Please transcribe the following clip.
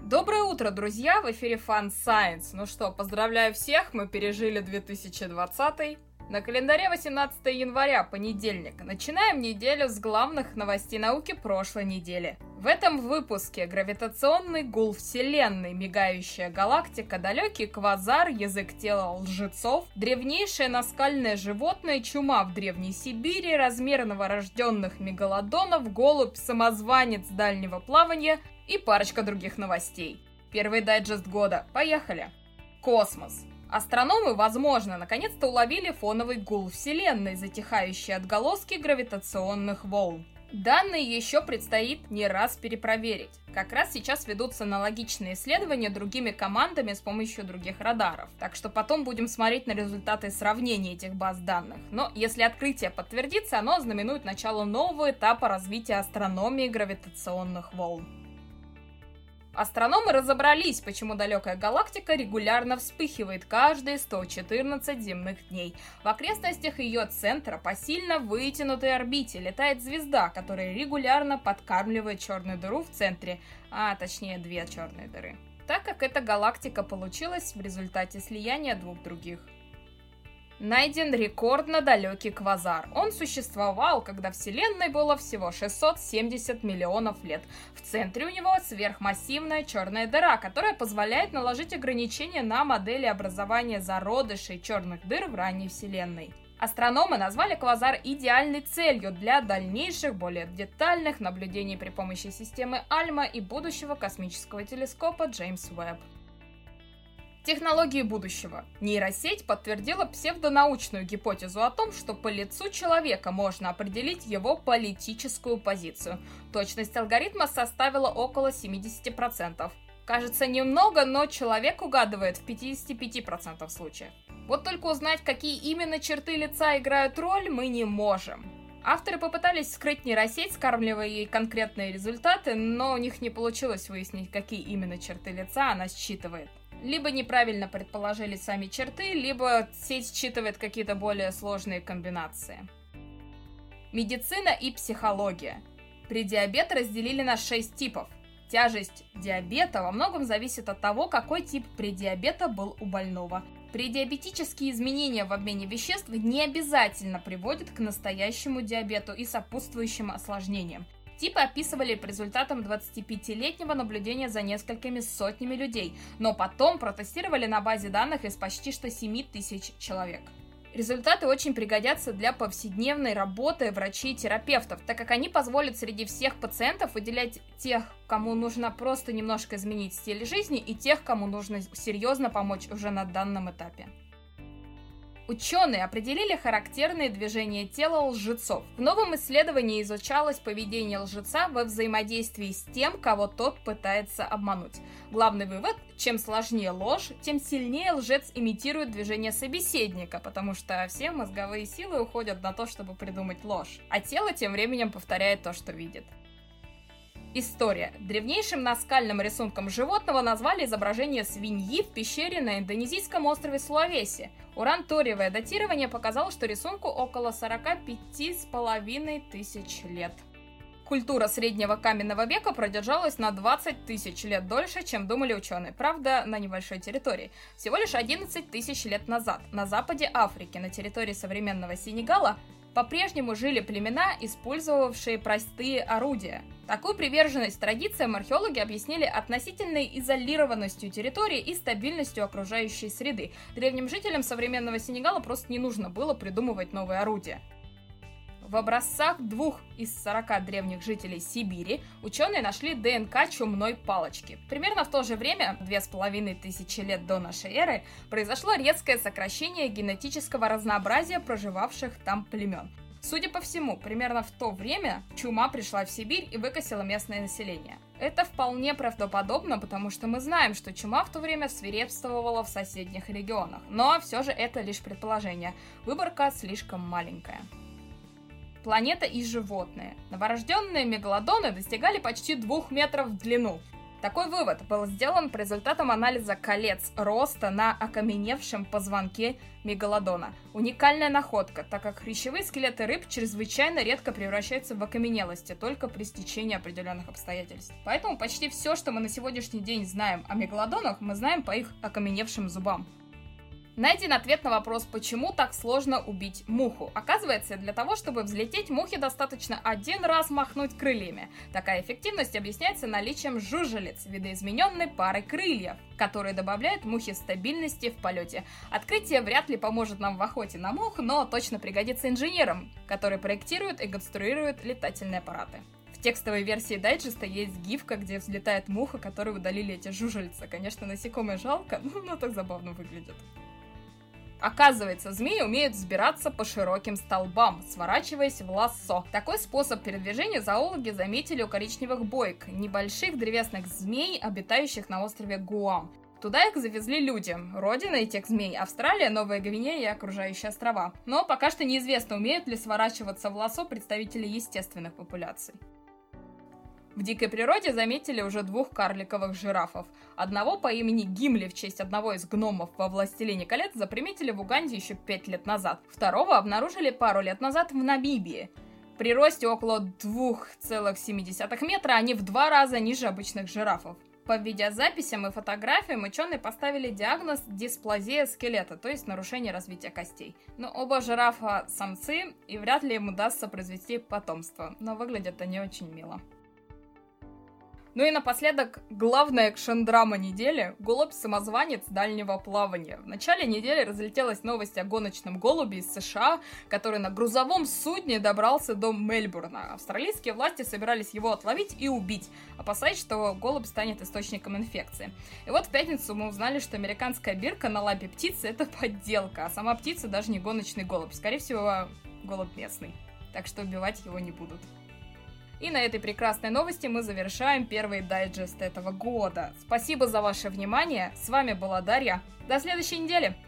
Доброе утро, друзья! В эфире Fun Science. Ну что, поздравляю всех, мы пережили 2020. На календаре 18 января, понедельник. Начинаем неделю с главных новостей науки прошлой недели. В этом выпуске гравитационный гул Вселенной, мигающая галактика, далекий квазар, язык тела лжецов, древнейшее наскальное животное, чума в Древней Сибири, размер новорожденных мегалодонов, голубь, самозванец дальнего плавания и парочка других новостей. Первый дайджест года. Поехали! Космос. Астрономы, возможно, наконец-то уловили фоновый гул Вселенной, затихающие отголоски гравитационных волн. Данные еще предстоит не раз перепроверить. Как раз сейчас ведутся аналогичные исследования другими командами с помощью других радаров. Так что потом будем смотреть на результаты сравнения этих баз данных. Но если открытие подтвердится, оно знаменует начало нового этапа развития астрономии гравитационных волн. Астрономы разобрались, почему далекая галактика регулярно вспыхивает каждые 114 земных дней. В окрестностях ее центра по сильно вытянутой орбите летает звезда, которая регулярно подкармливает черную дыру в центре, а точнее две черные дыры. Так как эта галактика получилась в результате слияния двух других. Найден рекордно далекий квазар. Он существовал, когда Вселенной было всего 670 миллионов лет. В центре у него сверхмассивная черная дыра, которая позволяет наложить ограничения на модели образования зародышей черных дыр в ранней Вселенной. Астрономы назвали квазар идеальной целью для дальнейших, более детальных наблюдений при помощи системы Альма и будущего космического телескопа Джеймс Уэбб. Технологии будущего. Нейросеть подтвердила псевдонаучную гипотезу о том, что по лицу человека можно определить его политическую позицию. Точность алгоритма составила около 70%. Кажется немного, но человек угадывает в 55% случаев. Вот только узнать, какие именно черты лица играют роль, мы не можем. Авторы попытались скрыть нейросеть, скармливая ей конкретные результаты, но у них не получилось выяснить, какие именно черты лица она считывает. Либо неправильно предположили сами черты, либо сеть считывает какие-то более сложные комбинации. Медицина и психология. Предиабет разделили на 6 типов. Тяжесть диабета во многом зависит от того, какой тип предиабета был у больного. Предиабетические изменения в обмене веществ не обязательно приводят к настоящему диабету и сопутствующим осложнениям. Типы описывали по результатам 25-летнего наблюдения за несколькими сотнями людей, но потом протестировали на базе данных из почти что 7 тысяч человек. Результаты очень пригодятся для повседневной работы врачей и терапевтов, так как они позволят среди всех пациентов выделять тех, кому нужно просто немножко изменить стиль жизни, и тех, кому нужно серьезно помочь уже на данном этапе. Ученые определили характерные движения тела лжецов. В новом исследовании изучалось поведение лжеца во взаимодействии с тем, кого тот пытается обмануть. Главный вывод – чем сложнее ложь, тем сильнее лжец имитирует движение собеседника, потому что все мозговые силы уходят на то, чтобы придумать ложь, а тело тем временем повторяет то, что видит. История. Древнейшим наскальным рисунком животного назвали изображение свиньи в пещере на индонезийском острове Сулавеси. Уран-ториевое датирование показало, что рисунку около 45,5 тысяч лет. Культура среднего каменного века продержалась на 20 тысяч лет дольше, чем думали ученые. Правда, на небольшой территории. Всего лишь 11 тысяч лет назад на западе Африки, на территории современного Сенегала, по-прежнему жили племена, использовавшие простые орудия. Такую приверженность традициям археологи объяснили относительной изолированностью территории и стабильностью окружающей среды. Древним жителям современного Сенегала просто не нужно было придумывать новые орудия. В образцах 2 из 40 древних жителей Сибири ученые нашли ДНК чумной палочки. Примерно в то же время, 2500 лет до нашей эры, произошло резкое сокращение генетического разнообразия проживавших там племен. Судя по всему, примерно в то время чума пришла в Сибирь и выкосила местное население. Это вполне правдоподобно, потому что мы знаем, что чума в то время свирепствовала в соседних регионах. Но все же это лишь предположение. Выборка слишком маленькая. Планета и животные. Новорожденные мегалодоны достигали почти 2 метров в длину. Такой вывод был сделан по результатам анализа колец роста на окаменевшем позвонке мегалодона. Уникальная находка, так как хрящевые скелеты рыб чрезвычайно редко превращаются в окаменелости, только при стечении определенных обстоятельств. Поэтому почти все, что мы на сегодняшний день знаем о мегалодонах, мы знаем по их окаменевшим зубам. Найден ответ на вопрос, почему так сложно убить муху. Оказывается, для того, чтобы взлететь, мухе достаточно один раз махнуть крыльями. Такая эффективность объясняется наличием жужелиц, видоизмененной пары крыльев, которые добавляют мухе стабильности в полете. Открытие вряд ли поможет нам в охоте на мух, но точно пригодится инженерам, которые проектируют и конструируют летательные аппараты. В текстовой версии дайджеста есть гифка, где взлетает муха, которой удалили эти жужельца. Конечно, насекомые жалко, но так забавно выглядит. Оказывается, змеи умеют взбираться по широким столбам, сворачиваясь в лассо. Такой способ передвижения зоологи заметили у коричневых боек, небольших древесных змей, обитающих на острове Гуам. Туда их завезли люди. Родина этих змей – Австралия, Новая Гвинея и окружающие острова. Но пока что неизвестно, умеют ли сворачиваться в лассо представители естественных популяций. В дикой природе заметили уже 2 карликовых жирафов. Одного по имени Гимли в честь одного из гномов во «Властелине колец» заприметили в Уганде еще 5 лет назад. Второго обнаружили пару лет назад в Намибии. При росте около 2,7 метра они в 2 раза ниже обычных жирафов. По видеозаписям и фотографиям ученые поставили диагноз дисплазия скелета, то есть нарушение развития костей. Но оба жирафа самцы, и вряд ли им удастся произвести потомство, но выглядят они очень мило. Ну и напоследок, главная экшн-драма недели – голубь-самозванец дальнего плавания. В начале недели разлетелась новость о гоночном голубе из США, который на грузовом судне добрался до Мельбурна. Австралийские власти собирались его отловить и убить, опасаясь, что голубь станет источником инфекции. И вот в пятницу мы узнали, что американская бирка на лапе птицы – это подделка, а сама птица даже не гоночный голубь. Скорее всего, голубь местный. Так что убивать его не будут. И на этой прекрасной новости мы завершаем первый дайджест этого года. Спасибо за ваше внимание. С вами была Дарья. До следующей недели.